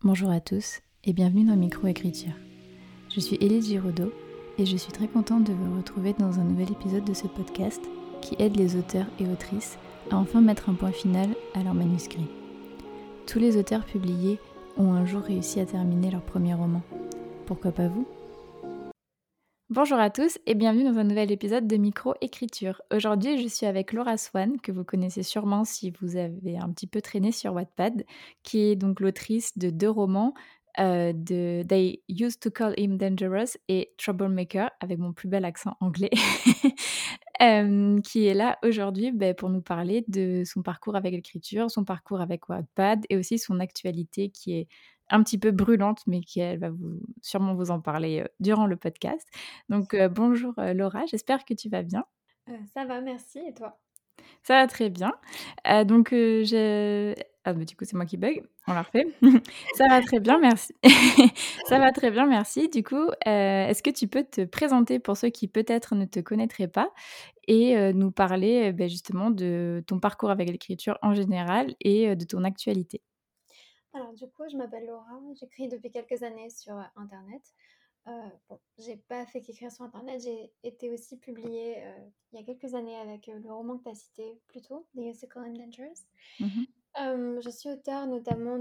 Bonjour à tous et bienvenue dans Microécriture. Je suis Élise Giraudot et je suis très contente de vous retrouver dans un nouvel épisode de ce podcast qui aide les auteurs et autrices à enfin mettre un point final à leur manuscrit. Tous les auteurs publiés ont un jour réussi à terminer leur premier roman. Pourquoi pas vous ? Bonjour à tous et bienvenue dans un nouvel épisode de Microécriture. Aujourd'hui, je suis avec Laura Swan, que vous connaissez sûrement si vous avez un petit peu traîné sur Wattpad, qui est donc l'autrice de 2 romans, de They Used to Call Him Dangerous et Troublemaker, avec mon plus bel accent anglais, qui est là aujourd'hui pour nous parler de son parcours avec l'écriture, son parcours avec Wattpad et aussi son actualité qui est un petit peu brûlante, mais qu'elle va sûrement vous en parler durant le podcast. Donc bonjour Laura, j'espère que tu vas bien. Ça va, merci et toi? Ça va très bien. Donc du coup, c'est moi qui bug. On la refait. Ça va très bien, merci. Ça va très bien, merci. Du coup, est-ce que tu peux te présenter pour ceux qui peut-être ne te connaîtraient pas et nous parler, justement de ton parcours avec l'écriture en général et de ton actualité? Alors du coup, je m'appelle Laura, j'écris depuis quelques années sur, internet. Bon, j'ai pas fait qu'écrire sur internet, j'ai été aussi publiée, il y a quelques années avec, le roman que tu as cité plus tôt, The Musical and Dangerous. Mmh. Je suis auteure notamment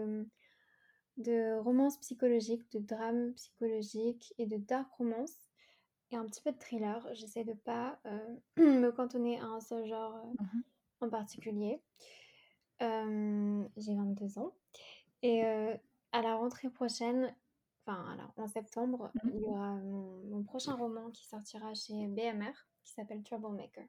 de romances psychologiques, de drames psychologiques et de dark romance et un petit peu de thriller. J'essaie de pas, me cantonner à un seul genre, Mmh. en particulier. J'ai 22 ans et à la rentrée prochaine, enfin alors en septembre, Mmh. il y aura mon prochain roman qui sortira chez BMR qui s'appelle Troublemaker.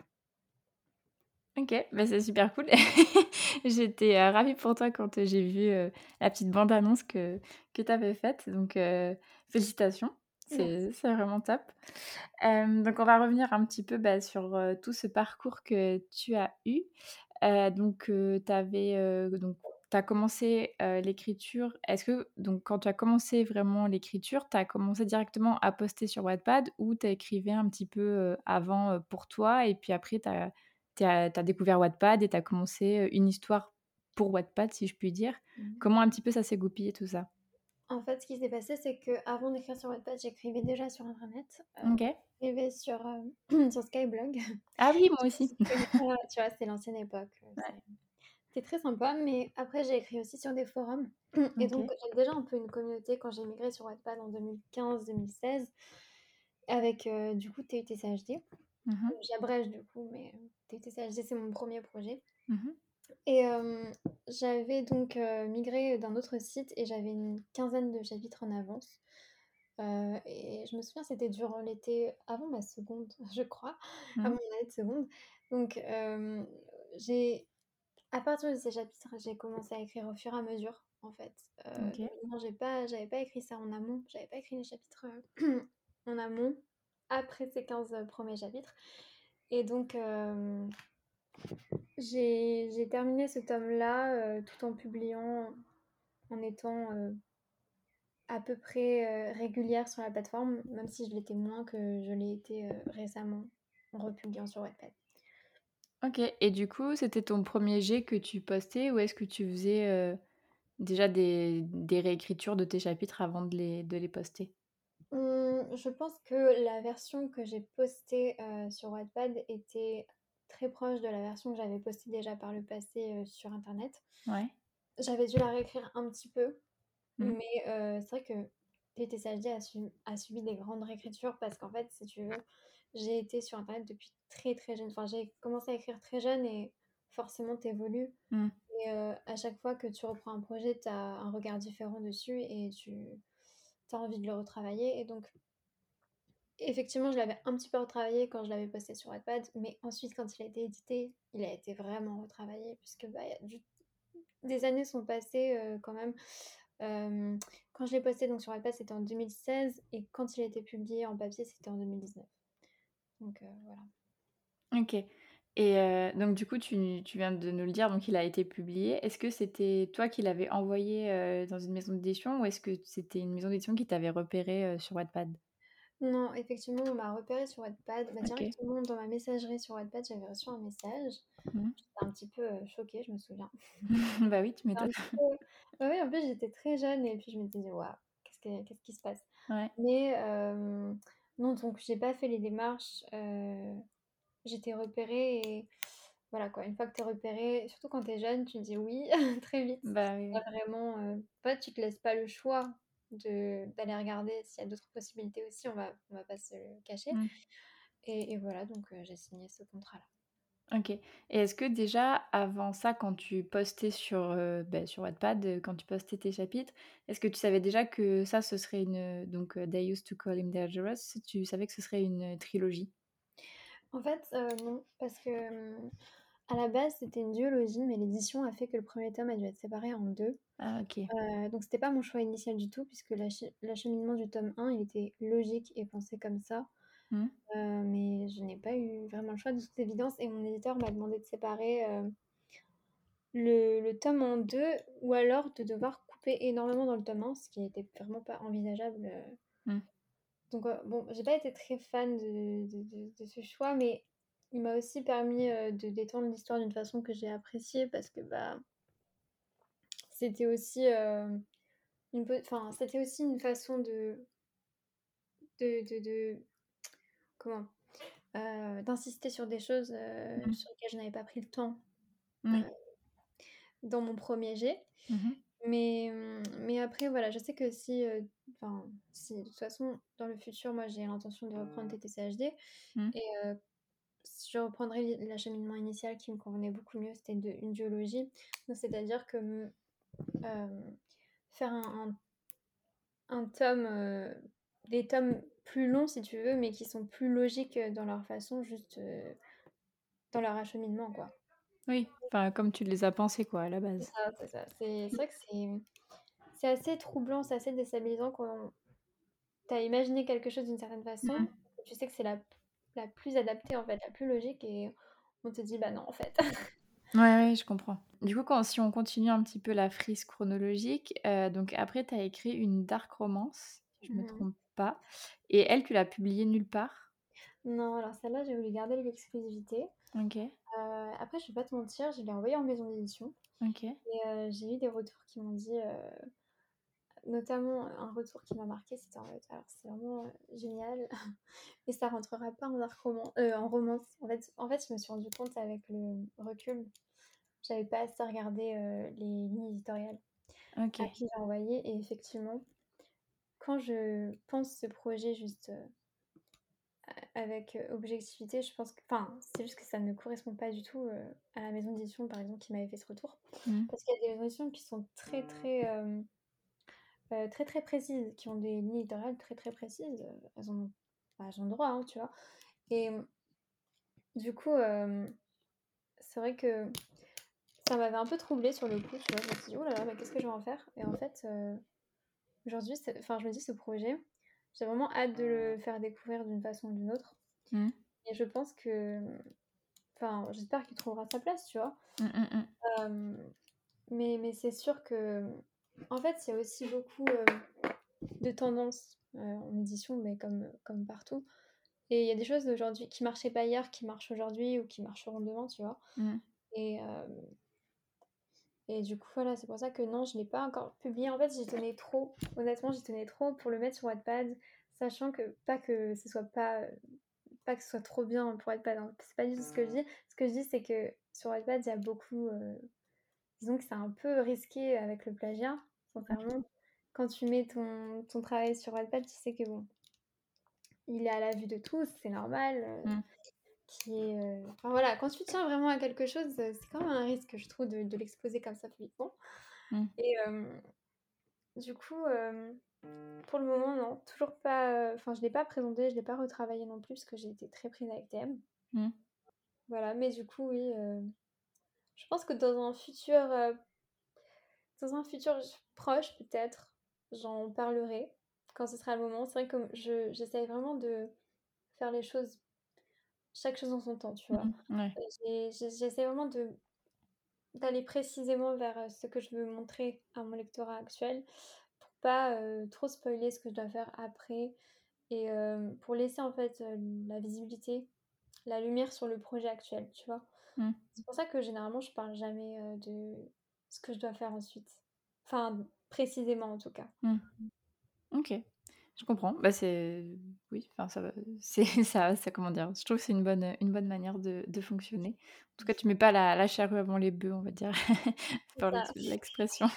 OK, c'est super cool. J'étais, ravie pour toi quand, j'ai vu, la petite bande annonce que tu avais faite donc félicitations, Merci. c'est vraiment top. Donc on va revenir un petit peu, sur, tout ce parcours que tu as eu. Donc tu avais, donc tu as commencé, l'écriture. Est-ce que donc quand tu as commencé vraiment l'écriture, tu as commencé directement à poster sur Wattpad ou tu écrivais un petit peu, avant, pour toi et puis après tu as découvert Wattpad et tu as commencé, une histoire pour Wattpad, si je puis dire? Mmh. Comment un petit peu ça s'est goupillé tout ça? En fait, ce qui s'est passé, c'est qu'avant d'écrire sur Wattpad, j'écrivais déjà sur internet. OK. J'écrivais sur, sur Skyblog. Ah oui, Je moi sais pas aussi. si tu connais ça, tu vois? C'est l'ancienne époque, Ouais, c'est très sympa, mais après j'ai écrit aussi sur des forums et donc OK. j'avais déjà un peu une communauté quand j'ai migré sur Wattpad en 2015-2016 avec, du coup TUTCHD. Mmh mh. J'abrège du coup, mais TUTCHD c'est mon premier projet Mmh. et j'avais donc, migré d'un autre site et j'avais une quinzaine de chapitres en avance, et je me souviens c'était durant l'été avant ma seconde, je crois, avant Mmh. mon année de seconde donc j'ai à partir de ces chapitres, j'ai commencé à écrire au fur et à mesure, en fait. OK. Non, j'avais pas écrit ça en amont, j'avais pas écrit les chapitres, en amont, après ces 15 premiers chapitres et donc j'ai terminé ce tome-là, tout en publiant, en étant, à peu près, régulière sur la plateforme, même si je l'étais moins que je l'ai été, récemment, en republiant sur Wattpad. OK et du coup, c'était ton premier jet que tu postais ou est-ce que tu faisais, déjà des réécritures de tes chapitres avant de les poster? Je pense que la version que j'ai postée, sur Wattpad était très proche de la version que j'avais postée déjà par le passé, sur internet. Ouais. J'avais dû la réécrire un petit peu, Mmh. mais c'est vrai que TTCHD a subi des grandes réécritures parce qu'en fait, si tu veux, j'ai été sur internet depuis très, très jeune. Enfin, j'ai commencé à écrire très jeune et forcément tu évolues Mmh. et à chaque fois que tu reprends un projet, tu as un regard différent dessus et tu as envie de le retravailler et donc effectivement, je l'avais un petit peu retravaillé quand je l'avais posté sur Wattpad, mais ensuite, quand il a été édité, il a été vraiment retravaillé puisque bah, des années sont passées quand même. Quand je l'ai posté donc, sur Wattpad, c'était en 2016 et quand il a été publié en papier, c'était en 2019. Donc voilà. OK et donc du coup, tu viens de nous le dire, donc il a été publié. Est-ce que c'était toi qui l'avais envoyé, dans une maison d'édition ou est-ce que c'était une maison d'édition qui t'avait repéré, sur Wattpad? Non, effectivement, on m'a repérée sur Wattpad. Bah, OK. directement dans ma messagerie sur Wattpad, j'avais reçu un message. Mmh. J'étais un petit peu, choquée, je me souviens. Bah oui, tu Un m'étonnes. petit peu bah, oui, en plus, j'étais très jeune et puis je m'étais dit: «Waouh, qu'est-ce qui se passe?» Ouais. Mais non, donc j'ai pas fait les démarches, j'étais repérée et voilà quoi. Une fois que tu es repérée, surtout quand tu es jeune, tu dis oui très vite. Bah Tu oui, pas oui. vraiment, en fait, tu te laisses pas le choix d'aller regarder s'il y a d'autres possibilités aussi, on va pas se le cacher Mmh. et voilà donc j'ai signé ce contrat-là. OK. Et est-ce que déjà, avant ça, quand tu postais sur, sur Wattpad, quand tu postais tes chapitres, est-ce que tu savais déjà que ça, ce serait donc They Used to Call Him Dangerous, tu savais que ce serait une trilogie? En fait, non, parce que, à la base, c'était une duologie, mais l'édition a fait que le premier tome a dû être séparé en 2. Ah OK. Donc c'était pas mon choix initial du tout puisque l'acheminement du tome 1 il était logique et pensé comme ça. Mmh. Mais je n'ai pas eu vraiment le choix de toute évidence et mon éditeur m'a demandé de séparer, le tome en 2 ou alors de devoir couper énormément dans le tome 1, ce qui n'était vraiment pas envisageable. Mmh. Donc bon, j'ai pas été très fan de ce choix, mais il m'a aussi permis, de détendre l'histoire d'une façon que j'ai appréciée parce que, bah, c'était aussi, c'était aussi une façon de comment? D'insister sur des choses, Mmh. sur lesquelles je n'avais pas pris le temps, heu, Oui. dans mon premier jet. Mmh mh. Mais après voilà, je sais que si de toute façon dans le futur, moi j'ai l'intention de reprendre TTCHD Mmh. et je reprendrai l'acheminement initial qui me convenait beaucoup mieux, c'était une duologie. Donc c'est-à-dire que, faire un tome, des tomes plus longs si tu veux, mais qui sont plus logiques, dans leur façon, juste, dans leur acheminement quoi. Oui, enfin, comme tu les as pensés, quoi, à la C'est base. ça, c'est ça. C'est vrai que c'est assez troublant, c'est assez déstabilisant quand tu as imaginé quelque chose d'une certaine façon, Mmh. tu sais que c'est la plus adaptée en fait, la plus logique et on te dit: «Bah non en fait». Ouais, ouais, je comprends. Du coup, si on continue un petit peu la frise chronologique, donc après tu as écrit une dark romance, si je me Mmh. trompe pas, et elle, tu l'as publiée nulle part? Non, alors celle-là, j'ai voulu garder l'exclusivité. OK, Après je vais pas te mentir, je l'ai envoyée en maison d'édition OK. et j'ai eu des retours qui m'ont dit, notamment un retour qui m'a marqué c'était en mode: «Alors c'est vraiment, génial, et ça rentrera pas en dark en romance». En fait, je me suis rendu compte avec le recul, j'avais pas assez regardé, les lignes éditoriales à OK. qui j'ai envoyé et effectivement, quand je pense ce projet juste, avec, objectivité, je pense que c'est juste que ça ne correspond pas du tout, à la maison d'édition, par exemple, qui m'avait fait ce retour. Mmh. Parce qu'il y a des maisons d'édition qui sont très, très, très, très précises, qui ont des lignes éditoriales très, très précises, elles ont le droit, hein, tu vois? Et du coup, c'est vrai que ça m'avait un peu troublée sur le coup, tu vois? Je me suis dit: «Ouh là là, mais qu'est-ce que je vais en faire?» Et en fait, aujourd'hui, je me dis ce projet, j'ai vraiment hâte de le faire découvrir d'une façon ou d'une autre Mmh. et je pense que, j'espère qu'il trouvera sa place, tu vois? Mmh, mmh mh. Hem, mais c'est sûr que, en fait, il y a aussi beaucoup, de tendances, en édition, mais comme partout et il y a des choses aujourd'hui qui marchaient pas hier, qui marchent aujourd'hui ou qui marcheront demain, tu vois? Mmh. Et et du coup, voilà, c'est pour ça que non, je l'ai pas encore publié. En fait, j'y tenais trop. Honnêtement, j'y tenais trop pour le mettre sur Wattpad, sachant que pas que ce soit trop bien pour Wattpad, hein. C'est pas du tout ce que je dis. Ce que je dis, c'est que sur Wattpad, il y a beaucoup, disons que c'est un peu risqué avec le plagiat, sincèrement. Quand tu mets ton travail sur Wattpad, tu sais que bon, il est à la vue de tous, c'est normal, Mmh. voilà, quand tu tiens vraiment à quelque chose, c'est quand même un risque, je trouve, de l'exposer comme ça publiquement Mmh. et du coup, pour le moment, non, toujours pas, je l'ai pas présenté, je l'ai pas retravaillé non plus parce que j'ai été très prise avec TM. Mmh. Voilà, mais du coup, oui, je pense que dans un futur proche peut-être, j'en parlerai quand ce sera le moment. C'est vrai que j'essaye vraiment de faire les choses chaque chose en son temps, tu vois? Mmh. Ouais. J'essaie vraiment d'aller précisément vers, ce que je veux montrer à mon lectorat actuel pour pas, trop spoiler ce que je dois faire après et pour laisser en fait, la visibilité, la lumière sur le projet actuel, tu vois? Mmh. C'est pour ça que généralement je parle jamais, de ce que je dois faire ensuite. Enfin, précisément en tout cas. Mmh. OK, je comprends. Bah, c'est oui, enfin, ça va c'est ça comment dire? Je trouve que c'est une bonne manière de fonctionner. En tout cas, tu mets pas la charrue avant les bœufs, on va dire, C'est par ça. l'expression.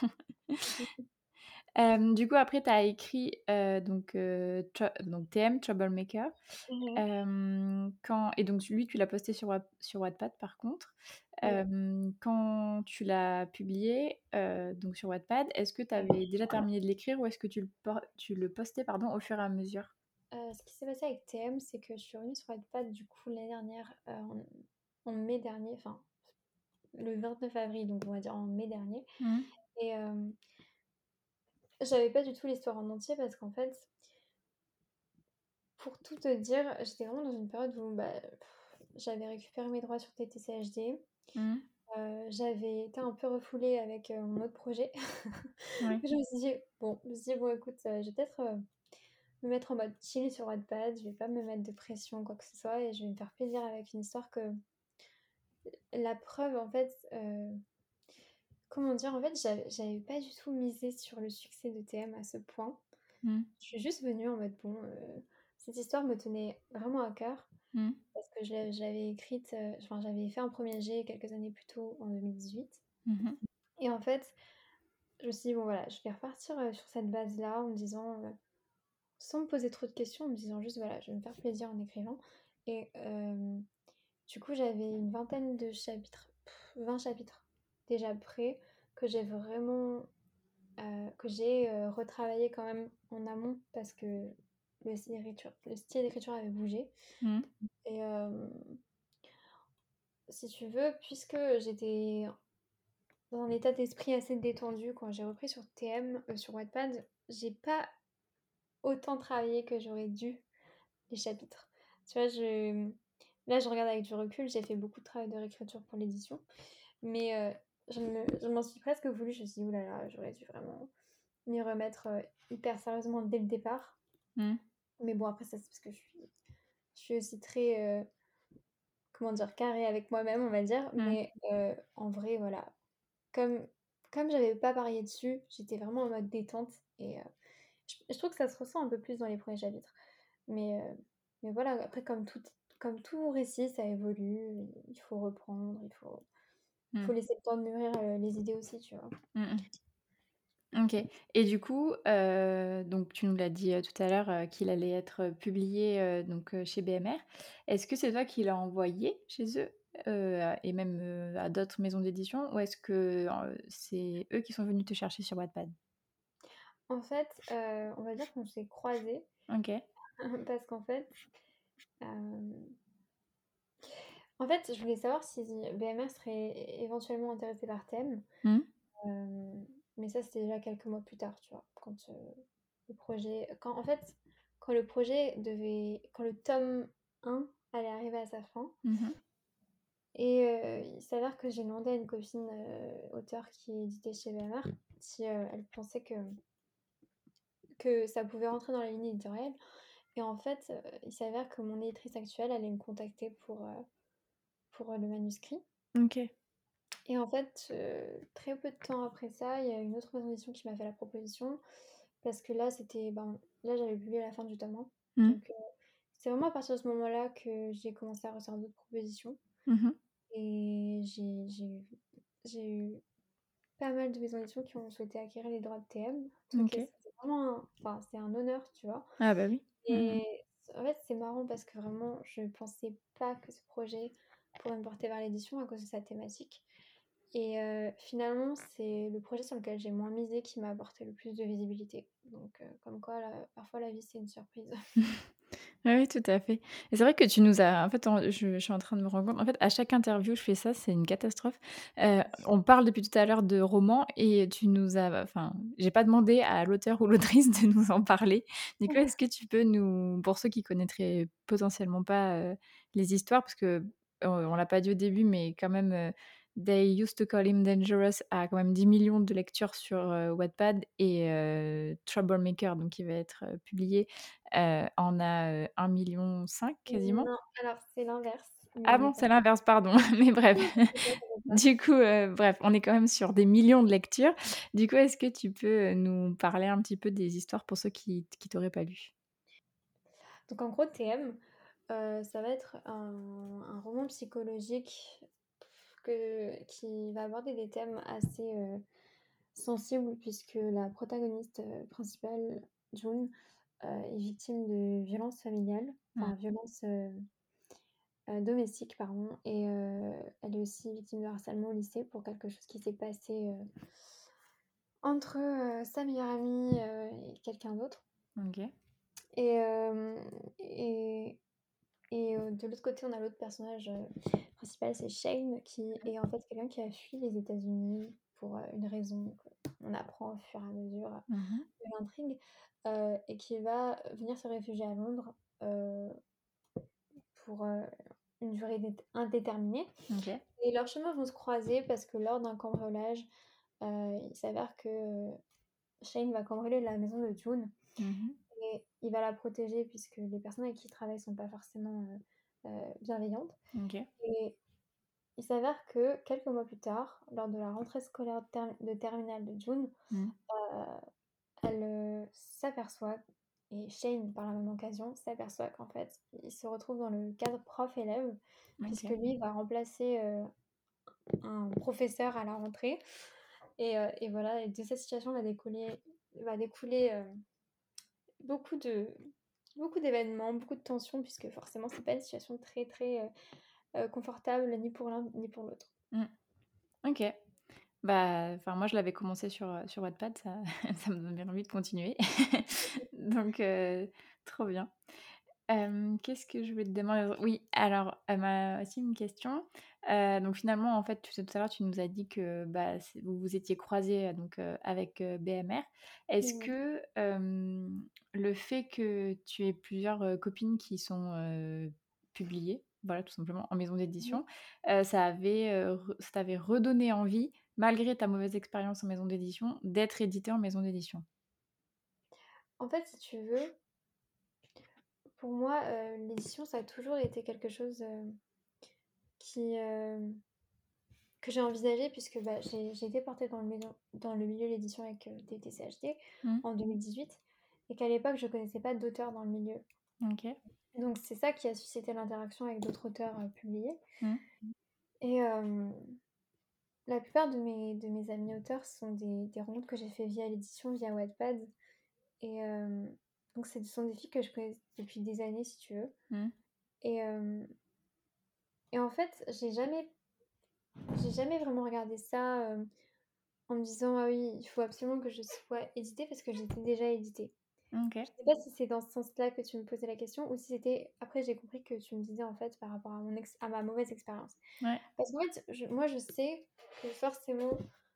Du coup, après, tu as écrit, donc TM, Troublemaker. Mmh. Quand et donc lui, tu l'as posté sur Wattpad, par contre. Oui. Quand tu l'as publié, donc sur Wattpad, est-ce que tu avais déjà terminé de l'écrire ou est-ce que tu le postais, pardon, au fur et à mesure? Ce qui s'est passé avec TM, c'est que je suis revenue sur Wattpad du coup l'année dernière, en mai dernier, enfin le 29 avril, donc on va dire en mai dernier Mmh. et j'avais pas du tout l'histoire en entier parce qu'en fait, pour tout te dire, j'étais vraiment dans une période où, bah, j'avais récupéré mes droits sur TTC-HD, Mmh. j'avais été un peu refoulée avec, mon autre projet. Ouais. Je me suis dit: «Bon», je me suis dit: «Bon écoute, je vais peut-être, me mettre en mode chill sur Wattpad, je vais pas me mettre de pression, quoi que ce soit et je vais me faire plaisir avec une histoire que» la preuve en fait, comment dire? En fait, j'avais pas du tout misé sur le succès de TM à ce point. Mmh. Je suis juste venue en mode bon, cette histoire me tenait vraiment à cœur Mmh. parce que je l'avais écrite, enfin j'avais fait un premier jet quelques années plus tôt en 2018 Mmh mh. et en fait, je me suis dit: «Bon voilà, je vais repartir, sur cette base-là en me disant, sans me poser trop de questions, en me disant juste: "Voilà, je vais me faire plaisir en écrivant"» et du coup, j'avais une vingtaine de chapitres, 20 chapitres déjà prêts que j'ai vraiment, retravaillé quand même en amont parce que le style d'écriture avait bougé Mmh. et si tu veux, puisque j'étais dans un état d'esprit assez détendu quand j'ai repris sur TM, sur Wattpad, j'ai pas autant travaillé que j'aurais dû les chapitres. Tu vois, là, je regarde avec du recul, j'ai fait beaucoup de travail de réécriture pour l'édition, mais je m'en suis presque voulu. Je me suis dit: «Ouh là là, j'aurais dû vraiment m'y remettre, hyper sérieusement dès le départ». Mmh. Mais bon, après ça, c'est parce que je suis aussi très, comment dire? Carrée avec moi-même, on va dire. Mmh. Mais en vrai, voilà, comme comme j'avais pas parié dessus, j'étais vraiment en mode détente et je trouve que ça se ressent un peu plus dans les premiers chapitres. Mais voilà, après comme tout récit, ça évolue, il faut reprendre, il faut Mmh. laisser le temps de mûrir, les idées aussi, tu vois? Mmh mh. OK et du coup, donc tu nous l'as dit, tout à l'heure, qu'il allait être publié, chez BMR. Est-ce que c'est toi qui l'as envoyé chez eux, et même, à d'autres maisons d'édition ou est-ce que, c'est eux qui sont venus te chercher sur Wattpad? En fait, on va dire qu'on s'est croisés OK. parce qu'en fait, hem, je voulais savoir si BMR serait éventuellement intéressé par Thème, Mmh. hem, mais ça, c'était déjà quelques mois plus tard, tu vois? Quand le projet devait quand le tome 1 allait arriver à sa fin Mmh mh. et il s'avère que j'ai demandé à une copine, auteure qui éditait chez BMR si, elle pensait que ça pouvait rentrer dans la ligne éditoriale et en fait, il s'avère que mon éditrice actuelle allait me contacter pour le manuscrit OK. et en fait, très peu de temps après ça, il y a une autre maison d'édition qui m'a fait la proposition parce que là, j'avais publié la fin du tome 1 Mmh. donc c'est vraiment à partir de ce moment-là que j'ai commencé à recevoir d'autres propositions Mmh mh. et j'ai eu pas mal de maisons d'édition qui ont souhaité acquérir les droits de TM, truc et OK. c'est vraiment c'est un honneur, tu vois? Ah bah oui. Mmh mh. Et en fait, c'est marrant parce que vraiment, je pensais pas que ce projet pourrait me porter vers l'édition à cause de sa thématique et finalement, c'est le projet sur lequel j'ai moins misé qui m'a apporté le plus de visibilité donc comme quoi la parfois la vie, c'est une surprise. Oui, oui, tout à fait et c'est vrai que tu nous as en fait, je suis en train de me rendre compte, en fait, à chaque interview, je fais ça, c'est une catastrophe. On parle depuis tout à l'heure de romans et tu nous as enfin, j'ai pas demandé à l'auteur ou l'autrice de nous en parler. Du coup, est-ce que tu peux nous pour ceux qui connaîtraient potentiellement pas, les histoires, parce que, on l'a pas dit au début, mais quand même, They Used to Call Him Dangerous a quand même 10 millions de lectures sur, Wattpad et Troublemaker, donc qui va être, publié, en a, 1,5 million quasiment. Non, alors c'est l'inverse, Ah mais bon, bon. c'est l'inverse, pardon, mais bref. T'inquiète pas. Du coup, bref, on est quand même sur des millions de lectures. Du coup, est-ce que tu peux, nous parler un petit peu des histoires pour ceux qui t'auraient pas lu? Donc en gros, TM, ça va être un roman psychologique qui va aborder des thèmes assez, sensibles puisque la protagoniste, principale, June, est victime de violences familiales, Mmh. enfin violences, domestiques pardon et elle est aussi victime de harcèlement au lycée pour quelque chose qui s'est passé, entre, sa meilleure amie, et quelqu'un d'autre OK. et hem et de l'autre côté, on a l'autre personnage, principal, c'est Shane, qui est en fait quelqu'un qui a fui les États-Unis pour, une raison qu'on apprend au fur et à mesure, Mmh. de l'intrigue, et qui va venir se réfugier à Londres, pour, une durée indéterminée OK. et leurs chemins vont se croiser parce que lors d'un cambriolage, il s'avère que, Shane va cambrioler la maison de June Mmh. et il va la protéger puisque les personnes avec qui il travaille sont pas forcément, bienveillantes OK. et il s'avère que quelques mois plus tard, lors de la rentrée scolaire de terminale de June, Mmh. heu, elle, s'aperçoit et Shane, par la même occasion, s'aperçoit qu'en fait, il se retrouve dans le cadre prof-élève puisque OK. lui va remplacer, un professeur à la rentrée et voilà et de cette situation va découler, beaucoup de beaucoup d'événements, beaucoup de tensions puisque forcément c'est pas une situation très, très, confortable ni pour l'un ni pour l'autre. Mmh. OK. Bah, enfin moi je l'avais commencé sur Wattpad, ça ça me donne bien envie de continuer. Donc trop bien. Qu'est-ce que je voulais te demander? Oui, alors, elle m'a aussi une question. Donc finalement, en fait, tu sais, tout à l'heure, tu nous as dit que, bah, vous vous étiez croisés, donc avec, BMR. Est-ce Mmh. que, le fait que tu aies plusieurs, copines qui sont, publiées, voilà, tout simplement, en maison Mmh. d'édition, ça t'avait redonné envie, malgré ta mauvaise expérience en maison d'édition, d'être édité en maison d'édition? En fait, si tu veux, pour moi, l'édition, ça a toujours été quelque chose, qui, que j'ai envisagé puisque, bah, j'ai été portée dans le milieu de l'édition avec, TTCHD Mmh. en 2018 et qu'à l'époque, je connaissais pas d'auteurs dans le milieu. OK. Donc c'est ça qui a suscité l'interaction avec d'autres auteurs, publiés Mmh. et la plupart de mes amis auteurs sont des rencontres que j'ai fait via l'édition, via Wattpad et donc ce sont des filles que je connais depuis des années, si tu veux Mmh. et en fait, j'ai jamais vraiment regardé ça, en me disant: «Ah oui, il faut absolument que je sois éditée» parce que j'étais déjà éditée. OK. Je sais pas si c'est dans ce sens-là que tu me posais la question ou si c'était après j'ai compris que tu me disais, en fait, par rapport à ma mauvaise expérience. Ouais. Parce qu'en fait, moi, je sais que forcément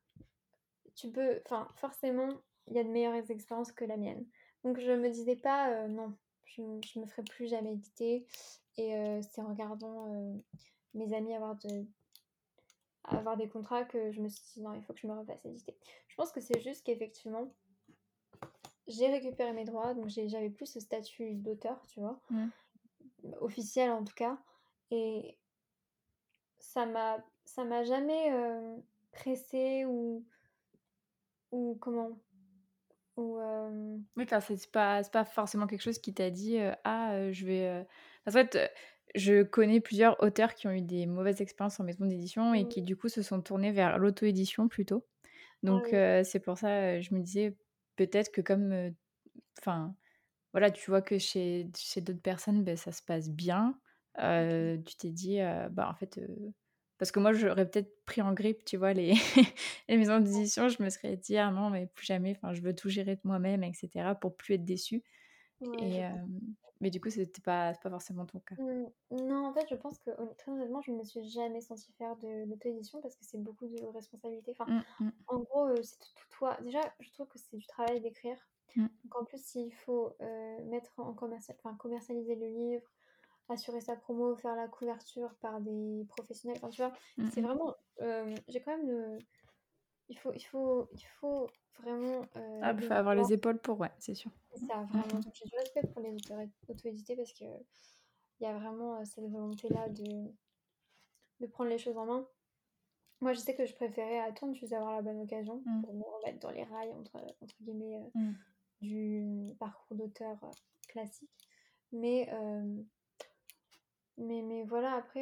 forcément, il y a de meilleures expériences que la mienne. Donc je me disais pas, «Non, je me ferai plus jamais éditer» et c'est en regardant, mes amis avoir des contrats que je me suis dit: «Non, il faut que je me refasse éditer». Je pense que c'est juste qu'effectivement, j'ai récupéré mes droits, donc j'avais plus ce statut d'auteur, tu vois? Mmh. Officiel en tout cas et ça m'a jamais, pressée ou comment? Ou Oui, enfin, c'est pas forcément quelque chose qui t'a dit, «Ah, je vais, en fait, je connais plusieurs auteurs qui ont eu des mauvaises expériences en maison d'édition et qui, mmh, du coup, se sont tournés vers l'auto-édition plutôt. ah Donc oui, c'est pour ça, je me disais peut-être que comme, enfin, voilà, tu vois que chez d'autres personnes, beh, ça se passe bien, OK. tu t'es dit, bah, en fait, parce que moi, j'aurais peut-être pris en grippe, tu vois, les les maisons d'édition. Je me serais dit: «Ah non, mais plus jamais, enfin, je veux tout gérer de moi-même et cetera pour plus être déçue» Ouais, et je comprends. mais du coup, c'est pas forcément ton cas. Non, en fait, je pense que très honnêtement, je ne me suis jamais sentie faire de l'auto-édition parce que c'est beaucoup de responsabilités. Enfin, Mmh, mmh, en gros, c'est tout toi. Déjà, je trouve que c'est du travail d'écrire. mmh, Donc en plus, s'il faut, mettre en commercialiser le livre, assurer sa promo, faire la couverture par des professionnels. Enfin, tu vois, Mmh c'est mh. vraiment, j'ai quand même il faut vraiment, Ah, bah, le faut avoir vouloir. les épaules pour, ouais, c'est sûr. C'est ça, Mmh vraiment. mh. Donc j'ai du respect pour les auteurs auto-édités parce qu'il y a vraiment, cette volonté-là de prendre les choses en main. Moi, je sais que je préférais attendre juste d'avoir la bonne occasion Mmh. pour me remettre dans les rails entre guillemets, Mmh. du parcours d'auteur, classique. Mais, mais voilà, après,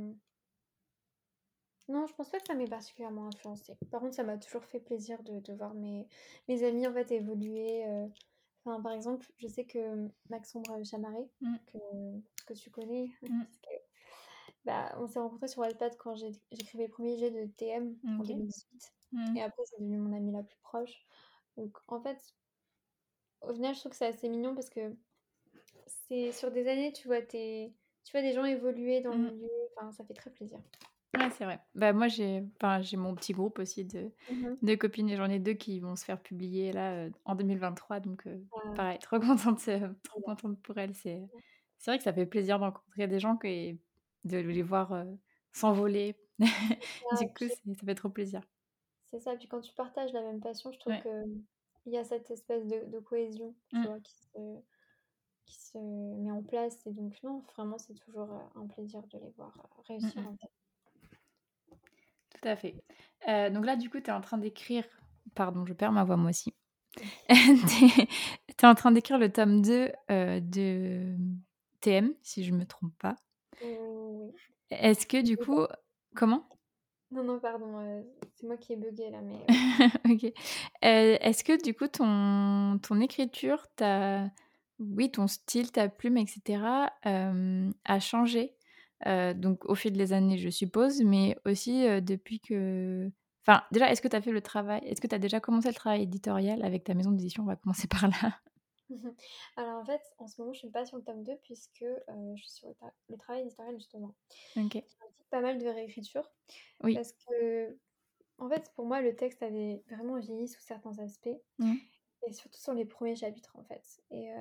non, je pense pas que ça m'ait particulièrement influencée. Par contre, ça m'a toujours fait plaisir de voir mes amis, en fait, évoluer, enfin, par exemple, je sais que Maxombre Chamaré, Mmh. que que tu connais, Mmh. parce que, bah, on s'est rencontrés sur Wattpad quand j'écrivais le premier jet de TM en OK. 2018 Mmh. et après, c'est devenu mon amie la plus proche. Donc en fait, au final, je trouve que c'est assez mignon parce que c'est sur des années, tu vois des gens évoluer dans le Mmh. milieu, enfin, ça fait très plaisir. Ouais, c'est vrai. Bah, moi, j'ai mon petit groupe aussi Mmh. de copines et j'en ai 2 qui vont se faire publier là, en 2023 donc Ah, pareil, trop contente, trop trop bien. contente pour elles. C'est vrai que ça fait plaisir de rencontrer des gens et de les voir, s'envoler. Ah, Du coup, ça fait trop plaisir. c'est ça, puis quand tu partages la même passion, je trouve Ouais. que il y a cette espèce de cohésion, tu Mmh. vois, qui se met en place et donc non, vraiment, c'est toujours, un plaisir de les voir, Mmh réussir mh. en fait. Tout à fait. Donc là, du coup, tu es en train d'écrire pardon, je perds ma voix moi aussi. Tu es en train d'écrire le tome 2 de TM, si je me trompe pas. Oui. Est-ce que du Oui. coup comment? Non, non, pardon, c'est moi qui ai buggé là, mais oui. OK. Est-ce que du coup ton écriture, ton style, ta plume et cetera, a changé? Donc au fil des années, je suppose, mais aussi, depuis que enfin, déjà, est-ce que tu as fait le travail est-ce que tu as déjà commencé le travail éditorial avec ta maison d'édition? On va commencer par là. Alors en fait, en ce moment, je suis pas sur le tome 2 puisque, je suis sur le travail éditorial justement, OK. qui implique pas mal de réécriture Oui. parce que en fait, pour moi, le texte avait vraiment vieilli sous certains aspects Mmh. et surtout sur les premiers chapitres, en fait et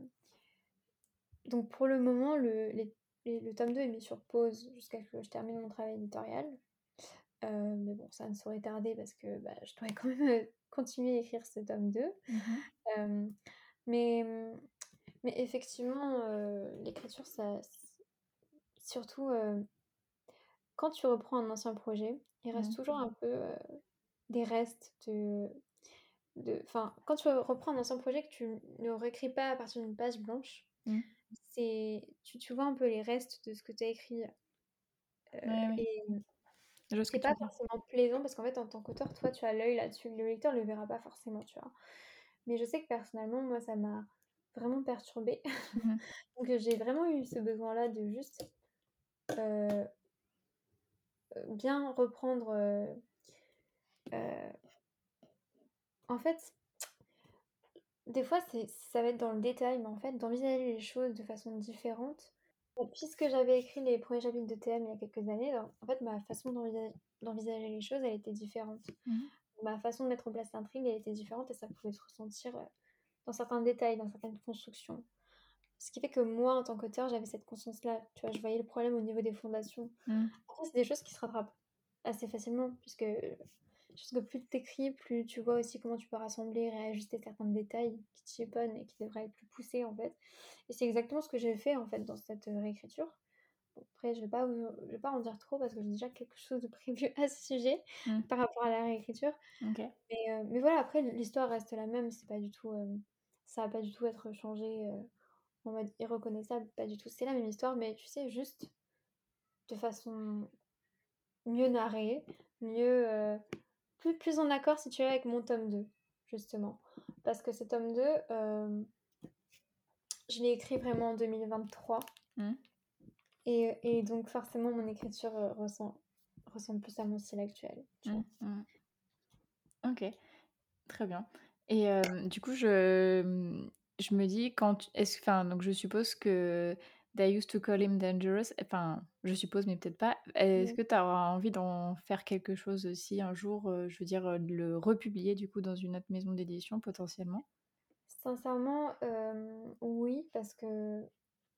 donc pour le moment, le tome 2 est mis sur pause jusqu'à ce que je termine mon travail éditorial, mais bon, ça ne saurait tarder parce que, bah, je dois quand même, continuer à écrire ce tome 2. Mmh mh. Hem, mais, mais effectivement, l'écriture, ça surtout, quand tu reprends un ancien projet, il reste Mmh. toujours un peu, des restes enfin, quand tu reprends un ancien projet que tu ne réécris pas à partir d'une page blanche, Mmh. tu vois un peu les restes de ce que tu as écrit, Ouais, ouais. et Je vois ce que c'est tu pas veux dire. forcément plaisant parce qu'en fait, en tant qu'auteur, toi, tu as l'œil là-dessus. Le lecteur le verra pas forcément, tu vois? Mais je sais que personnellement, moi, ça m'a vraiment perturbée. Mmh mh. Donc, j'ai vraiment eu ce besoin-là de juste, heu bien reprendre, heu, en fait, des fois, ça va être dans le détail, mais en fait, d'envisager les choses de façon différente. Puisque j'avais écrit les premiers chapitres de TM il y a quelques années, en fait, ma façon d'envisager les choses, elle était différente. Mmh. Ma façon de mettre en place l'intrigue, elle était différente et ça pouvait se ressentir, dans certains détails, dans certaines constructions. Ce qui fait que moi, en tant qu'auteur, j'avais cette conscience-là, tu vois? Je voyais le problème au niveau des fondations. Mmh. Après, c'est des choses qui se rattrapent assez facilement puisque je pense que plus tu écris, plus tu vois aussi comment tu peux rassembler, réajuster certains détails qui te chiponnent et qui devraient être plus poussés, en fait. Et c'est exactement ce que j'ai fait, en fait, dans cette, réécriture. Bon, après, je vais pas en dire trop parce que j'ai déjà quelque chose de prévu à ce sujet Mmh. par rapport à la réécriture. OK. Mais voilà, après, l'histoire reste la même, c'est pas du tout, ça va pas du tout être changé, en mode irreconnaissable, pas du tout. C'est la même histoire, mais tu sais, juste de façon mieux narrée, mieux, plus en accord, si tu veux, avec mon tome 2 justement. Parce que ce tome 2, je l'ai écrit vraiment en 2023 Mmh. et donc forcément mon écriture, ressemble plus à mon style actuel, tu Mmh. vois? Mmh. OK, très bien et du coup, je me dis quand tu est-ce enfin, donc je suppose que They used to call him dangerous, enfin, je suppose, mais peut-être pas. Est-ce Mmh. que tu auras envie d'en faire quelque chose aussi un jour, je veux dire, de le republier du coup dans une autre maison d'édition potentiellement? Sincèrement, oui, parce que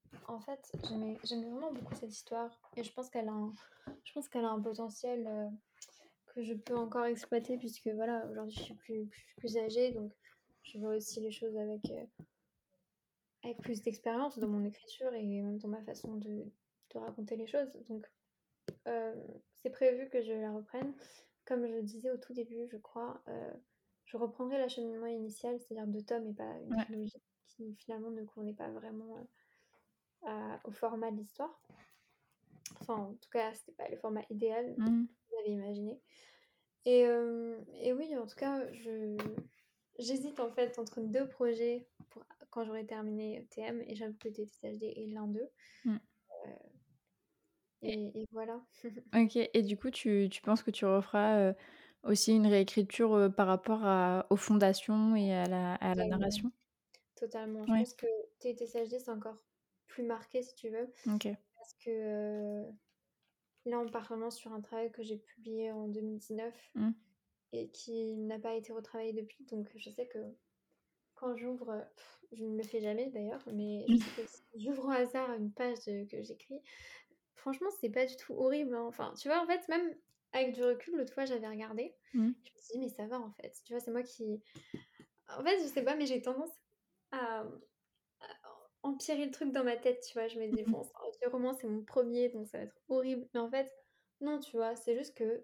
En fait, j'aimais vraiment beaucoup cette histoire et je pense qu'elle a un potentiel, que je peux encore exploiter puisque voilà, aujourd'hui je suis plus âgée donc je vois aussi les choses avec plus d'expérience dans mon écriture et même dans ma façon de raconter les choses. Donc euh, c'est prévu que je la reprenne. Comme je disais au tout début, je crois, je reprendrai l'acheminement initial, c'est-à-dire 2 tomes et pas une Ouais. trilogie qui finalement ne convenait pas vraiment au format de l'histoire. Enfin, en tout cas, c'était pas le format idéal que Mmh. j'avais imaginé. Et oui, en tout cas, j'hésite en fait entre 2 projets pour quand j'aurai terminé TM et j'avoue que TTHD est l'un d'eux. Mmh. Euh, Et et voilà. OK, et du coup, tu penses que tu referas, aussi une réécriture, par rapport aux fondations et à la Totalement. narration? Totalement. Je Ouais, pense que TTHD, c'est encore plus marqué si tu veux. OK. Parce que là, on part vraiment sur un travail que j'ai publié en 2019 Mmh. et qui n'a pas été retravaillé depuis. Donc je sais que quand j'ouvre, je ne le fais jamais d'ailleurs, mais je sais que si j'ouvre au hasard une page que j'écris, franchement, c'est pas du tout horrible, hein. Enfin, tu vois, en fait, même avec du recul, l'autre fois, j'avais regardé, Mmh. je me suis dit, mais ça va en fait. Tu vois, c'est moi qui. En fait, je sais pas, mais j'ai tendance à empirer le truc dans ma tête, tu vois. Je me dis, Mmh. bon, c'est un vieux roman, c'est mon premier, donc ça va être horrible. Mais en fait, non, tu vois, c'est juste que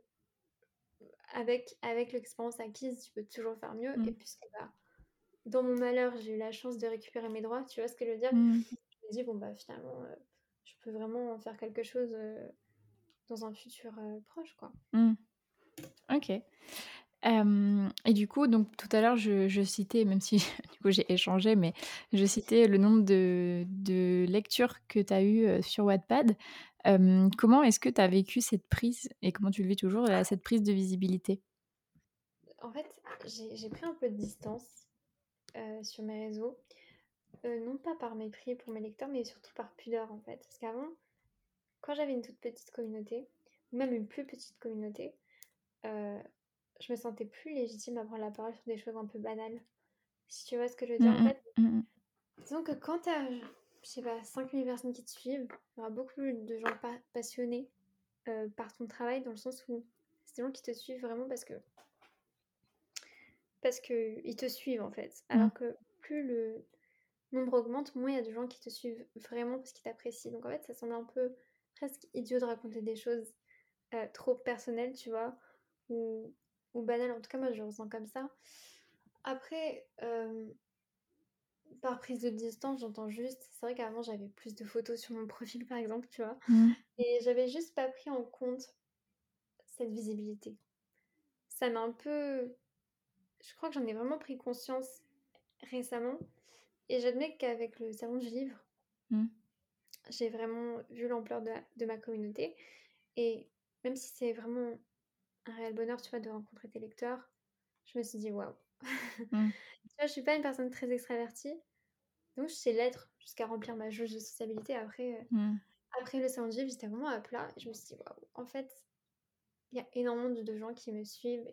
avec l'expérience acquise, tu peux toujours faire mieux. Et Mmh. puisque bah, dans mon malheur, j'ai eu la chance de récupérer mes droits, tu vois ce que je veux dire? Mmh. Je me dis, bon, bah finalement, je peux vraiment faire quelque chose dans un futur proche, quoi. Mmh. OK. Et du coup, donc tout à l'heure, je citais, même si du coup j'ai échangé, mais je citais le nombre de lectures que tu as eues, sur Wattpad. Comment est-ce que tu as vécu cette prise et comment tu le vis toujours, cette prise de visibilité? En fait, j'ai pris un peu de distance sur mes réseaux. Non pas par mépris pour mes lecteurs, mais surtout par pudeur, en fait. Parce qu'avant, quand j'avais une toute petite communauté, ou même une plus petite communauté, euh, je me sentais plus légitime à prendre la parole sur des choses un peu banales. Si tu vois ce que je veux dire, en Mmh mh. fait, Mmh. disons que quand t'as, je sais pas, 5000 personnes qui te suivent, il y aura beaucoup plus de gens passionnés par ton travail, dans le sens où c'est des gens qui te suivent vraiment parce que ils te suivent, en fait. Mmh. Alors que plus le nombre augmente, moins il y a de gens qui te suivent vraiment parce qu'ils t'apprécient. Donc en fait, ça semble un peu presque idiot de raconter des choses trop personnelles, tu vois, ou, ou banales. En tout cas, moi, je le ressens comme ça. Après, par prise de distance, j'entends juste, c'est vrai qu'avant, j'avais plus de photos sur mon profil, par exemple, tu vois, Mmh. et j'avais juste pas pris en compte cette visibilité. Ça m'a un peu... Je crois que j'en ai vraiment pris conscience récemment, et j'admets qu'avec le salon du livre, Mmh. j'ai vraiment vu l'ampleur de ma communauté. Et même si c'est vraiment un réel bonheur, tu vois, de rencontrer tes lecteurs, je me suis dit, waouh. Mmh. Tu vois, je suis pas une personne très extravertie, donc je sais l'être jusqu'à remplir ma jauge de sociabilité. Mmh. Après le salon du livre, j'étais vraiment à plat. Et je me suis dit, waouh, en fait, il y a énormément de gens qui me suivent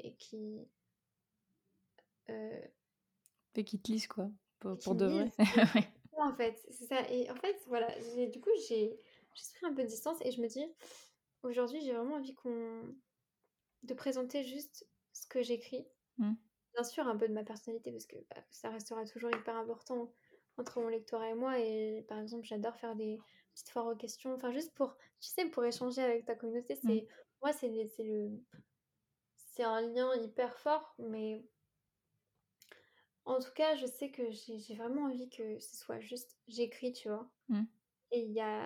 euh, Qui te lisent quoi, et qui pour me de vrai. lisent. Et Ouais. en fait, c'est ça. Et en fait, voilà, du coup, j'ai pris un peu de distance et je me dis, aujourd'hui, j'ai vraiment envie de présenter juste ce que j'écris. Mmh. Bien sûr, un peu de ma personnalité parce que bah, ça restera toujours hyper important entre mon lectorat et moi. Et par exemple, j'adore faire des petites foires aux questions. Enfin, juste pour, tu sais, pour échanger avec ta communauté. Mmh. Moi, c'est un lien hyper fort. Mais en tout cas, je sais que j'ai vraiment envie que ce soit juste, j'écris, tu vois. Mmh. Et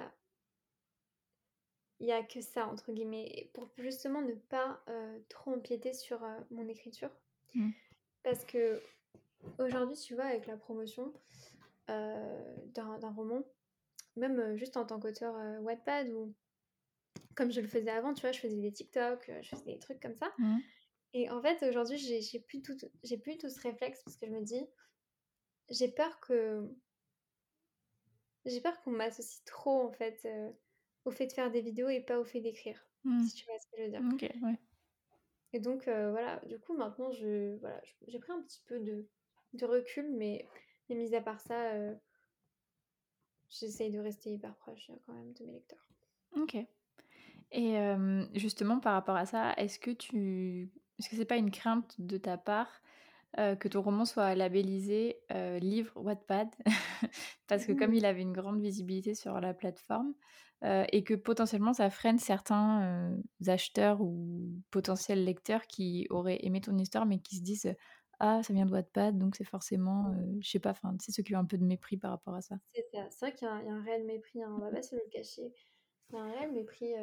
il y a que ça, entre guillemets, pour justement ne pas trop empiéter sur mon écriture. Mmh. Parce que aujourd'hui, tu vois, avec la promotion d'un roman, même juste en tant qu'auteur Wattpad ou comme je le faisais avant, tu vois, je faisais des TikTok, je faisais des trucs comme ça. Mmh. Et en fait, aujourd'hui, j'ai plus tout ce réflexe parce que je me dis, j'ai peur que j'ai peur qu'on m'associe trop en fait au fait de faire des vidéos et pas au fait d'écrire, Mmh. si tu vois ce que je veux dire. OK, ouais. Et donc voilà, du coup maintenant j'ai pris un petit peu de recul, mais mis à part ça, j'essaye de rester hyper proche quand même de mes lecteurs. OK. Et justement par rapport à ça, est-ce que c'est pas une crainte de ta part, que ton roman soit labellisé, livre Wattpad? Parce que comme Mmh. il avait une grande visibilité sur la plateforme, et que potentiellement ça freine certains, acheteurs ou potentiels lecteurs qui auraient aimé ton histoire, mais qui se disent: «Ah, ça vient de Wattpad, donc c'est forcément, je sais pas», enfin, tu sais, ceux qui ont un peu de mépris par rapport à ça. C'est ça. C'est vrai qu'il y a un réel mépris, hein, on va pas se le cacher. Il y a un réel mépris,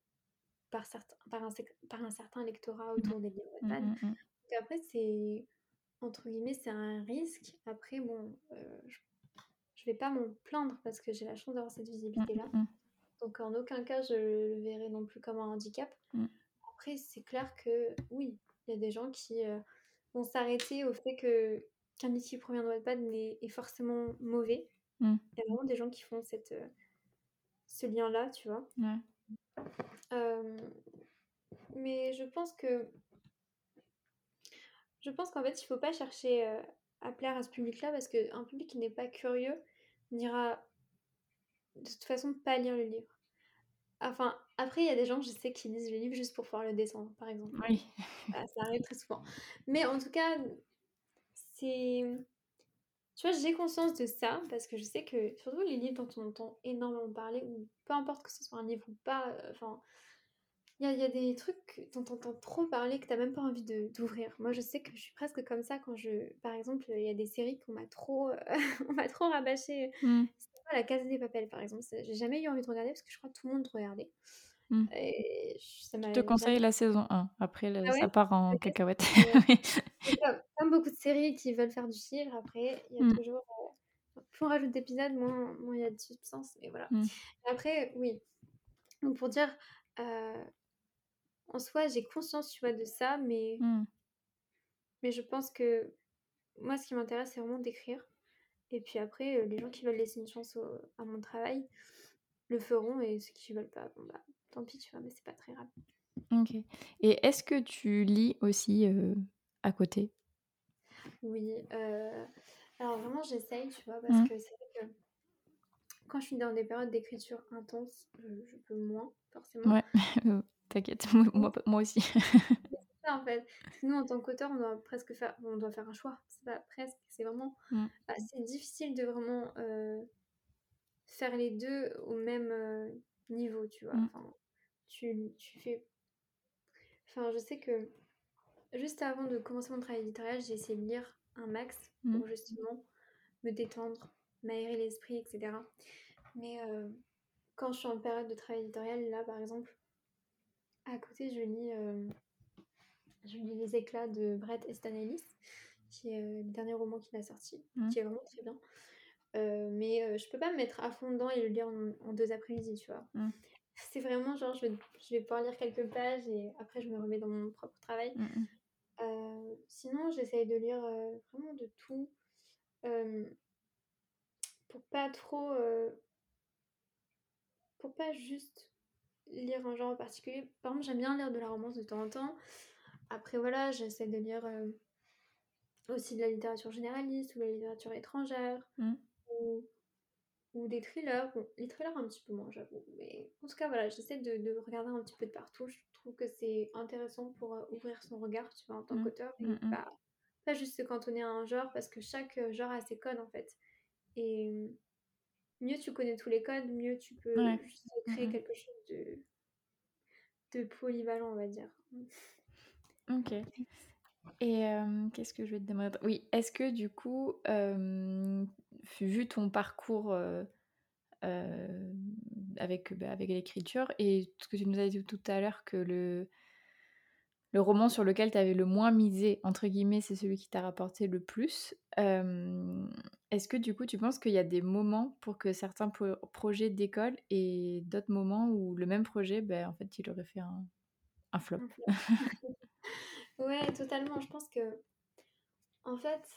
par un certain lectorat Mmh. autour des livres Mmh Wattpad. mh, mmh. Donc après c'est entre guillemets, «c'est un risque». Après bon, je vais pas m'en plaindre parce que j'ai la chance d'avoir cette Mmh visibilité-là. mh, mmh. Donc en aucun cas je le verrai non plus comme un handicap. Mmh. Après c'est clair que oui, il y a des gens qui, vont s'arrêter au fait que qu'un livre qui provient de Wattpad est forcément mauvais. Mmh. Il y a vraiment des gens qui font ce lien-là, tu vois? Ouais. Hem, mais je pense qu'en fait, il faut pas chercher, à plaire à ce public-là parce qu'un public qui n'est pas curieux n'ira de toute façon pas lire le livre. Enfin, après, il y a des gens, je sais, qui lisent le livre juste pour pouvoir le descendre, par exemple. Oui. Ça arrive très souvent. Mais en tout cas, c'est tu vois, j'ai conscience de ça parce que je sais que surtout les livres dont on entend énormément parler ou peu importe que ce soit un livre ou pas, enfin, il y a des trucs dont tu entends trop parler que tu as même pas envie d'ouvrir. Moi, je sais que je suis presque comme ça quand par exemple, il y a des séries qu'on m'a trop, on m'a trop rabâché. Mmh. C'était quoi La Casa de Papel, par exemple, j'ai jamais eu envie de regarder parce que je crois que tout le monde regardait Mmh. et ça Je te m'a conseille jamais. la saison 1. Après le Ah ça ouais? part en OK, cacahuète. c'est Oui. c'est comme beaucoup de séries qui veulent faire du chiffre, après il y a Mmh. toujours, plus on rajoute d'épisodes, moins il y a de substance, mais voilà. Mmh. Après, oui, donc pour dire, heu, en soi, j'ai conscience, tu vois, de ça, Mmh. mais je pense que moi, ce qui m'intéresse, c'est vraiment d'écrire et puis après, les gens qui veulent laisser une chance à mon travail le feront et ceux qui veulent pas, bon, bah, tant pis, tu vois? Mais c'est pas très grave. OK. Et est-ce que tu lis aussi, à côté? Oui, alors vraiment, j'essaye, tu vois? Parce Mmh. que c'est vrai que quand je suis dans des périodes d'écriture intenses, je peux moins, forcément. Ouais, t'inquiète, moi aussi. C'est ça, en fait. Parce que nous, en tant qu'auteur, on doit faire un choix. C'est pas presque, c'est vraiment Mmh. assez difficile de vraiment, faire les 2 au même, niveau, tu vois? Mmh. Enfin, tu fais enfin, je sais que juste avant de commencer mon travail éditorial, j'ai essayé de lire un max Mmh. pour justement me détendre, m'aérer l'esprit et cetera. Mais, quand je suis en période de travail éditorial, là, par exemple, à côté, je lis Les Éclats de Bret Easton Ellis, qui est, le dernier roman qu'il a sorti, Mmh. qui est vraiment très bien. Mais, je peux pas me mettre à fond dedans et le lire en 2 après-midi, tu vois? Mmh. C'est vraiment genre je vais pouvoir lire quelques pages et après je me remets dans mon propre travail. Mmh mh. Sinon j'essaye de lire, vraiment de tout, hem, pour pas trop, pour pas juste lire un genre en particulier. Par exemple, j'aime bien lire de la romance de temps en temps. Après voilà, j'essaie de lire, aussi de la littérature généraliste ou de la littérature étrangère Mmh. ou des thrillers. Bon, les thrillers un petit peu moins, j'avoue. Mais en tout cas, voilà, j'essaie de regarder un petit peu de partout. Je trouve que c'est intéressant pour ouvrir son regard, tu vois, en tant Mmh. qu'auteur Mmh et mh. pas juste se cantonner à un genre parce que chaque genre a ses codes en fait. Et mieux tu connais tous les codes, mieux tu peux Ouais. juste Mmh créer mh. quelque chose de polyvalent, on va dire. OK. Et qu'est-ce que je vais te demander d'autre? Oui, est-ce que du coup, vu ton parcours, avec l'écriture et ce que tu nous as dit tout à l'heure que le roman sur lequel tu avais le moins «misé» entre guillemets, c'est celui qui t'a rapporté le plus. Est-ce que du coup, tu penses qu'il y a des moments pour que certains projets décollent et d'autres moments où le même projet, en fait, il aurait fait un flop? Un flop. Ouais, totalement. Je pense que, en fait,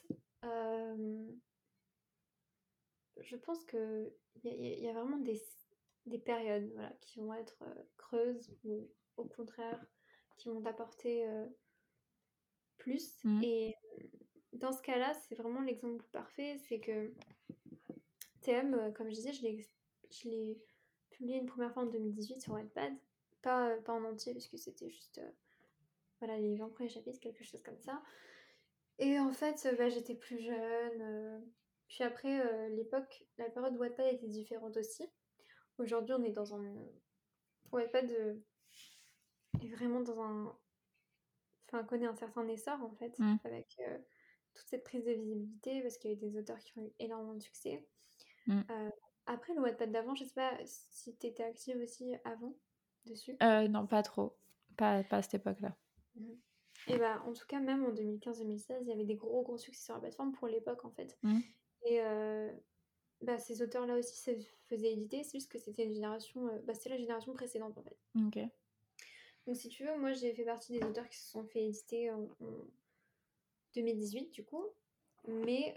je pense qu'il y a vraiment des périodes, voilà, qui vont être, creuses ou au contraire qui vont t'apporter, plus Mmh. et dans ce cas-là, c'est vraiment l'exemple parfait, c'est que, tu TM, comme je disais, je l'ai publié une première fois en 2018 sur Wattpad. Pas en entier, parce que c'était juste voilà, les 20 premiers chapitres, quelque chose comme ça. Et en fait, bah, j'étais plus jeune. Puis après, la période Wattpad était différente aussi. Aujourd'hui, on est dans un. Wattpad est vraiment dans un. Enfin, connaît un certain essor en fait, Mm. avec toute cette prise de visibilité, parce qu'il y a eu des auteurs qui ont eu énormément de succès. Mm. Euh, Après, le Wattpad d'avant, je sais pas si t'étais active aussi avant dessus. Non, pas trop. Pas à cette époque-là. Mhm. Et bah, en tout cas, même en 2015-2016, il y avait des gros succès sur la plateforme pour l'époque en fait. Mm. Et bah, ces auteurs-là aussi se faisaient éditer, c'est juste que c'était une génération, bah, c'était la génération précédente en fait. Ok. Donc si tu veux, moi j'ai fait partie des auteurs qui se sont fait éditer en 2018 du coup, mais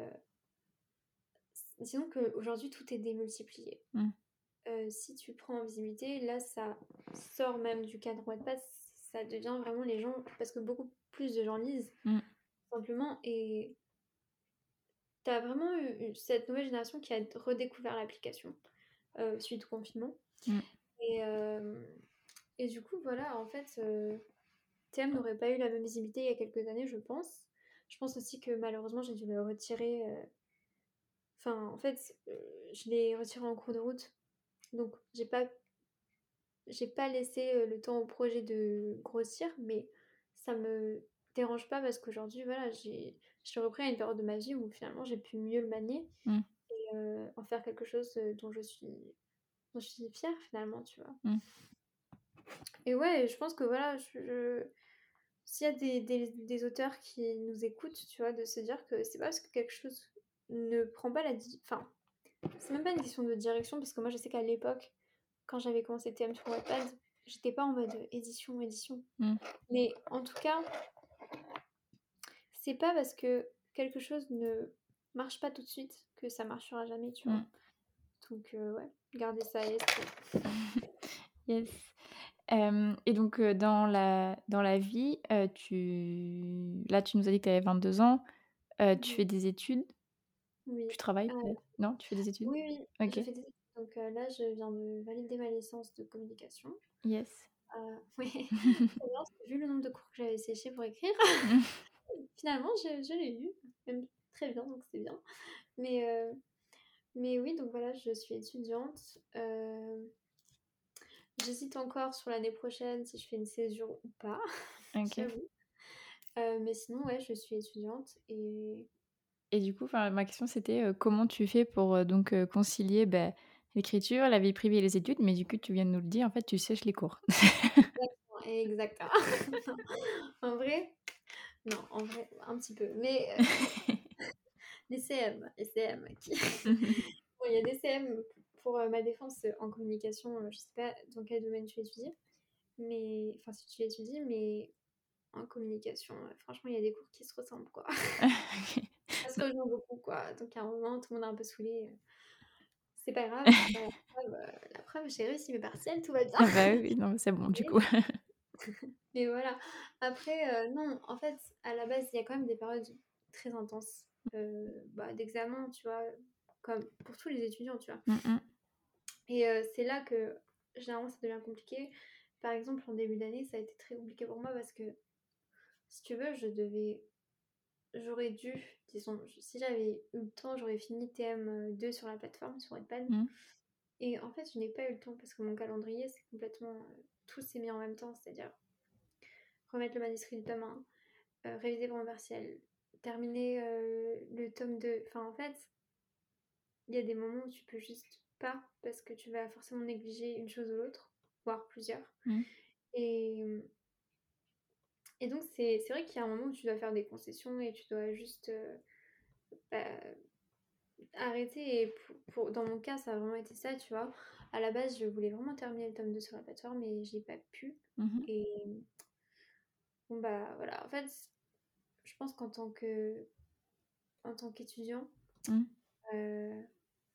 disons qu'aujourd'hui tout est démultiplié. Mm. Si tu prends en visibilité, là ça sort même du cadre Wattpad, ça devient vraiment les gens, parce que beaucoup plus de gens lisent Mm. simplement, et t'as vraiment eu cette nouvelle génération qui a redécouvert l'application suite au confinement. Mm. Et, et du coup, voilà, en fait, TM n'aurait pas eu la même visibilité il y a quelques années, je pense. Je pense aussi que malheureusement, j'ai dû le retirer. Enfin, en fait, je l'ai retiré en cours de route. Donc, j'ai pas laissé le temps au projet de grossir, mais ça me dérange pas parce qu'aujourd'hui, voilà, je l'ai repris à une période de ma vie où finalement j'ai pu mieux le manier Mm. et en faire quelque chose dont je suis fière finalement, tu vois. Mm. Et ouais, je pense que voilà, s'il y a des auteurs qui nous écoutent, tu vois, de se dire que c'est pas parce que quelque chose ne prend pas Enfin, c'est même pas une question de direction, parce que moi je sais qu'à l'époque, quand j'avais commencé TM sur Wattpad, j'étais pas en mode édition. Mm. Mais en tout cas, c'est pas parce que quelque chose ne marche pas tout de suite que ça marchera jamais, tu vois. Mm. Donc ouais, gardez ça à l'esprit. Yes. Et donc, dans la vie, là, tu nous as dit que tu avais 22 ans. Tu Mhm. fais des études? Oui. Tu travailles Euh, peut-être? Non, tu fais des études? oui, oui, OK. j'ai fait des études. Donc là, je viens de valider ma licence de communication. Yes. Ouais, trop bien, parce que vu le nombre de cours que j'avais séché pour écrire, finalement, je l'ai eu, même très bien, donc c'est bien. Mais, euh, mais oui, donc voilà, je suis étudiante. J'hésite encore sur l'année prochaine si je fais une césure ou pas, OK. j'avoue. Mais sinon, ouais, je suis étudiante et Et du coup, enfin, ma question, c'était, comment tu fais pour, donc, concilier, l'écriture, la vie privée et les études? Mais du coup, tu viens de nous le dire, en fait, tu sèches les cours. exactement. En vrai, non, en vrai, un petit peu. Mais les CM qui. Bon, il y a des CM pour ma défense en communication, je sais pas dans quel domaine tu étudies, mais enfin si tu étudies, mais en communication, franchement, il y a des cours qui se ressemblent, quoi. OK. Ça se Non. rejoint beaucoup, quoi. Donc à un moment, tout le monde est un peu saoulé. C'est pas grave. La preuve, j'ai réussi mes partiels, tout va bien. Ah bah, oui, oui, non, c'est bon, du coup. Mais voilà. Après, non, en fait, à la base, il y a quand même des périodes très intenses bah, d'examen, tu vois, comme pour tous les étudiants, tu vois. Mmh mh. Et c'est là que généralement ça devient compliqué. Par exemple, en début d'année, ça a été très compliqué pour moi parce que, si tu veux, j'aurais dû, disons, si j'avais eu le temps, j'aurais fini TM2 sur la plateforme, sur Wattpad. Mmh. Et en fait, je n'ai pas eu le temps parce que mon calendrier, c'est complètement. Tout s'est mis en même temps, c'est-à-dire remettre le manuscrit du tome 1, réviser pour mon partiel, terminer le tome 2. Enfin, en fait, il y a des moments où tu peux juste pas parce que tu vas forcément négliger une chose ou l'autre, voire plusieurs. Mmh. Et, et donc, c'est vrai qu'il y a un moment où tu dois faire des concessions et tu dois juste bah, arrêter. Et dans mon cas, ça a vraiment été ça, tu vois. À la base, je voulais vraiment terminer le tome 2 sur la plateforme, mais j'ai pas pu. Mmh. Et bon, bah voilà. En fait, je pense en tant qu'étudiant, Mmh. euh,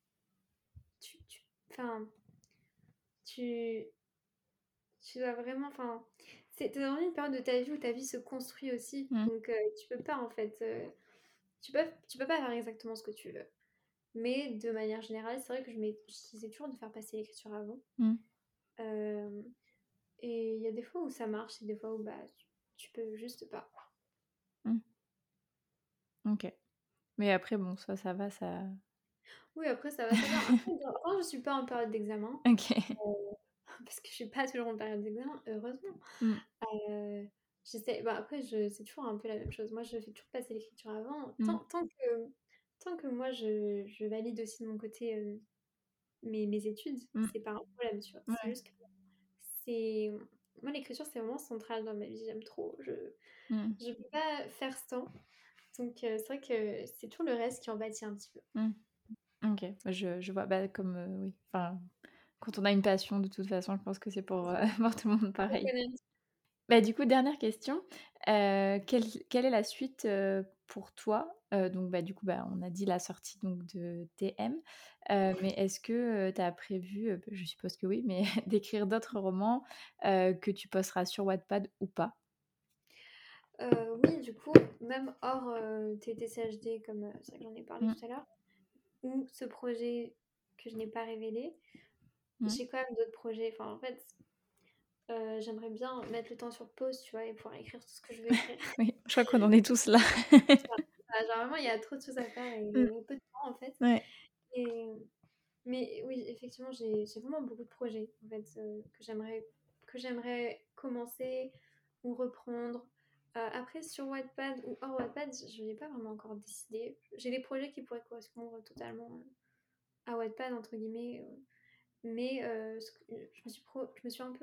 enfin, tu, tu dois vraiment, enfin, t'es dans une période de ta vie où ta vie se construit aussi, Mmh. donc tu peux pas en fait, tu peux pas faire exactement ce que tu veux, Mais de manière générale, c'est vrai que j'essaie toujours de faire passer l'écriture avant. Mmh. Et il y a des fois où ça marche et des fois où bah, tu peux juste pas. Mmh. OK. Mais après bon, ça va, ça Oui, après ça va, ça vient. Après, quand je suis pas en période d'examen, OK. parce que je suis pas toujours en période d'examen, heureusement. Mmh. J'essaie, bah, après c'est toujours un peu la même chose. Moi, je fais toujours passer l'écriture avant. Mmh. Tant que moi je valide aussi de mon côté, mes études, Mmh. c'est pas un problème, tu vois? C'est Ouais. juste que c'est moi l'écriture, c'est vraiment central dans ma vie, j'aime trop. Mmh. Je peux pas faire sans. Donc c'est vrai que c'est toujours le reste qui en pâtit un petit peu. Mmh. OK. Bah, je vois, bah, comme, oui, enfin, quand on a une passion, de toute façon, je pense que c'est pour, C'est ça. pour tout le monde Je me pareil. connais un petit Bah, du coup, dernière question, quelle est la suite, pour toi? Donc, bah, du coup, bah, on a dit la sortie donc de TM, mais est-ce que, tu as prévu, je suppose que oui, mais d'écrire d'autres romans, que tu posteras sur Wattpad ou pas? Oui, du coup, même hors, TTCHD comme, c'est vrai que j'en ai parlé Mmh. tout à l'heure, ou ce projet que je n'ai pas révélé, Mmh. j'ai quand même d'autres projets. Enfin, en fait, j'aimerais bien mettre le temps sur pause, tu vois? Et pouvoir écrire tout ce que je veux écrire. Oui, je crois qu'on en est tous là. Genre vraiment, il y a trop de choses à faire Mmh. et peu de temps, en fait. Ouais. Et mais oui, effectivement, j'ai vraiment beaucoup de projets, en fait, que j'aimerais commencer ou reprendre. Après sur Wattpad ou hors Wattpad, je n'ai pas vraiment encore décidé. J'ai des projets qui pourraient correspondre totalement, à Wattpad entre guillemets, mais je me suis un peu,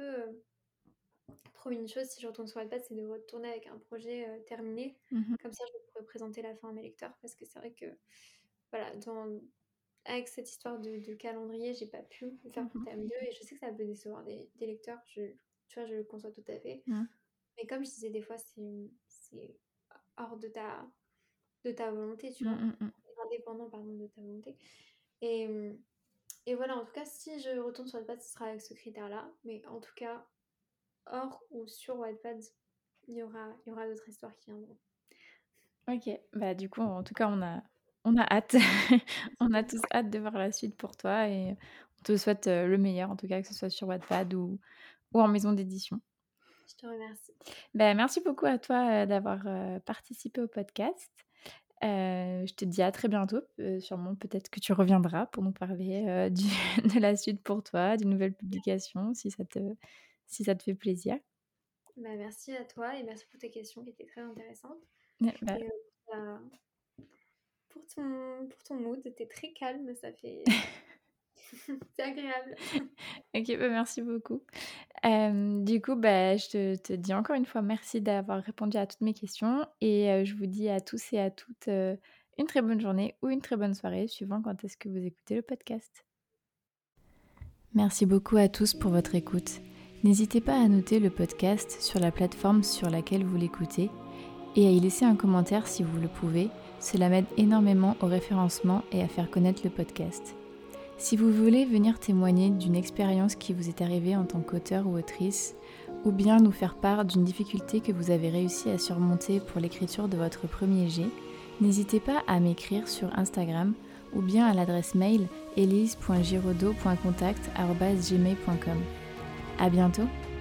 promis une chose, si je retourne sur Wattpad, c'est de retourner avec un projet, terminé. Mmh mh. Comme ça, je pourrais présenter la fin à mes lecteurs parce que c'est vrai que, voilà, avec cette histoire de calendrier, j'ai pas pu le faire pour Mmh. TM2 et je sais que ça peut décevoir des lecteurs, tu vois, je le conçois tout à fait. Mmh. Mais comme je disais, des fois, c'est hors de ta volonté, tu Mmh vois. mh, mmh. Indépendant, pardon, de ta volonté. Et, et voilà, en tout cas, si je retourne sur Wattpad, ce sera avec ce critère-là. Mais en tout cas, hors ou sur Wattpad, il y aura d'autres histoires qui viendront. OK. Bah, du coup, en tout cas, on a hâte. On a tous hâte de voir la suite pour toi et on te souhaite, le meilleur, en tout cas, que ce soit sur Wattpad ou en maison d'édition. Je te remercie. Bah, merci beaucoup à toi, d'avoir, participé au podcast. Je te dis à très bientôt. Sûrement, peut-être que tu reviendras pour nous parler, du de la suite pour toi, d'une nouvelle publication, si ça te fait plaisir. Bah, merci à toi et merci pour tes questions qui étaient très intéressantes. Ouais, bah, Et bah, pour ton mood, tu très calme, ça fait c'est agréable. OK, bah, merci beaucoup. Du coup, bah, je te dis encore une fois merci d'avoir répondu à toutes mes questions et je vous dis à tous et à toutes, une très bonne journée ou une très bonne soirée, suivant quand est-ce que vous écoutez le podcast. Merci beaucoup à tous pour votre écoute. N'hésitez pas à noter le podcast sur la plateforme sur laquelle vous l'écoutez et à y laisser un commentaire si vous le pouvez. Cela m'aide énormément au référencement et à faire connaître le podcast. Si vous voulez venir témoigner d'une expérience qui vous est arrivée en tant qu'auteur ou autrice, ou bien nous faire part d'une difficulté que vous avez réussi à surmonter pour l'écriture de votre premier jet, n'hésitez pas à m'écrire sur Instagram ou bien à l'adresse mail elise.giraudot.contact@gmail.com. À bientôt!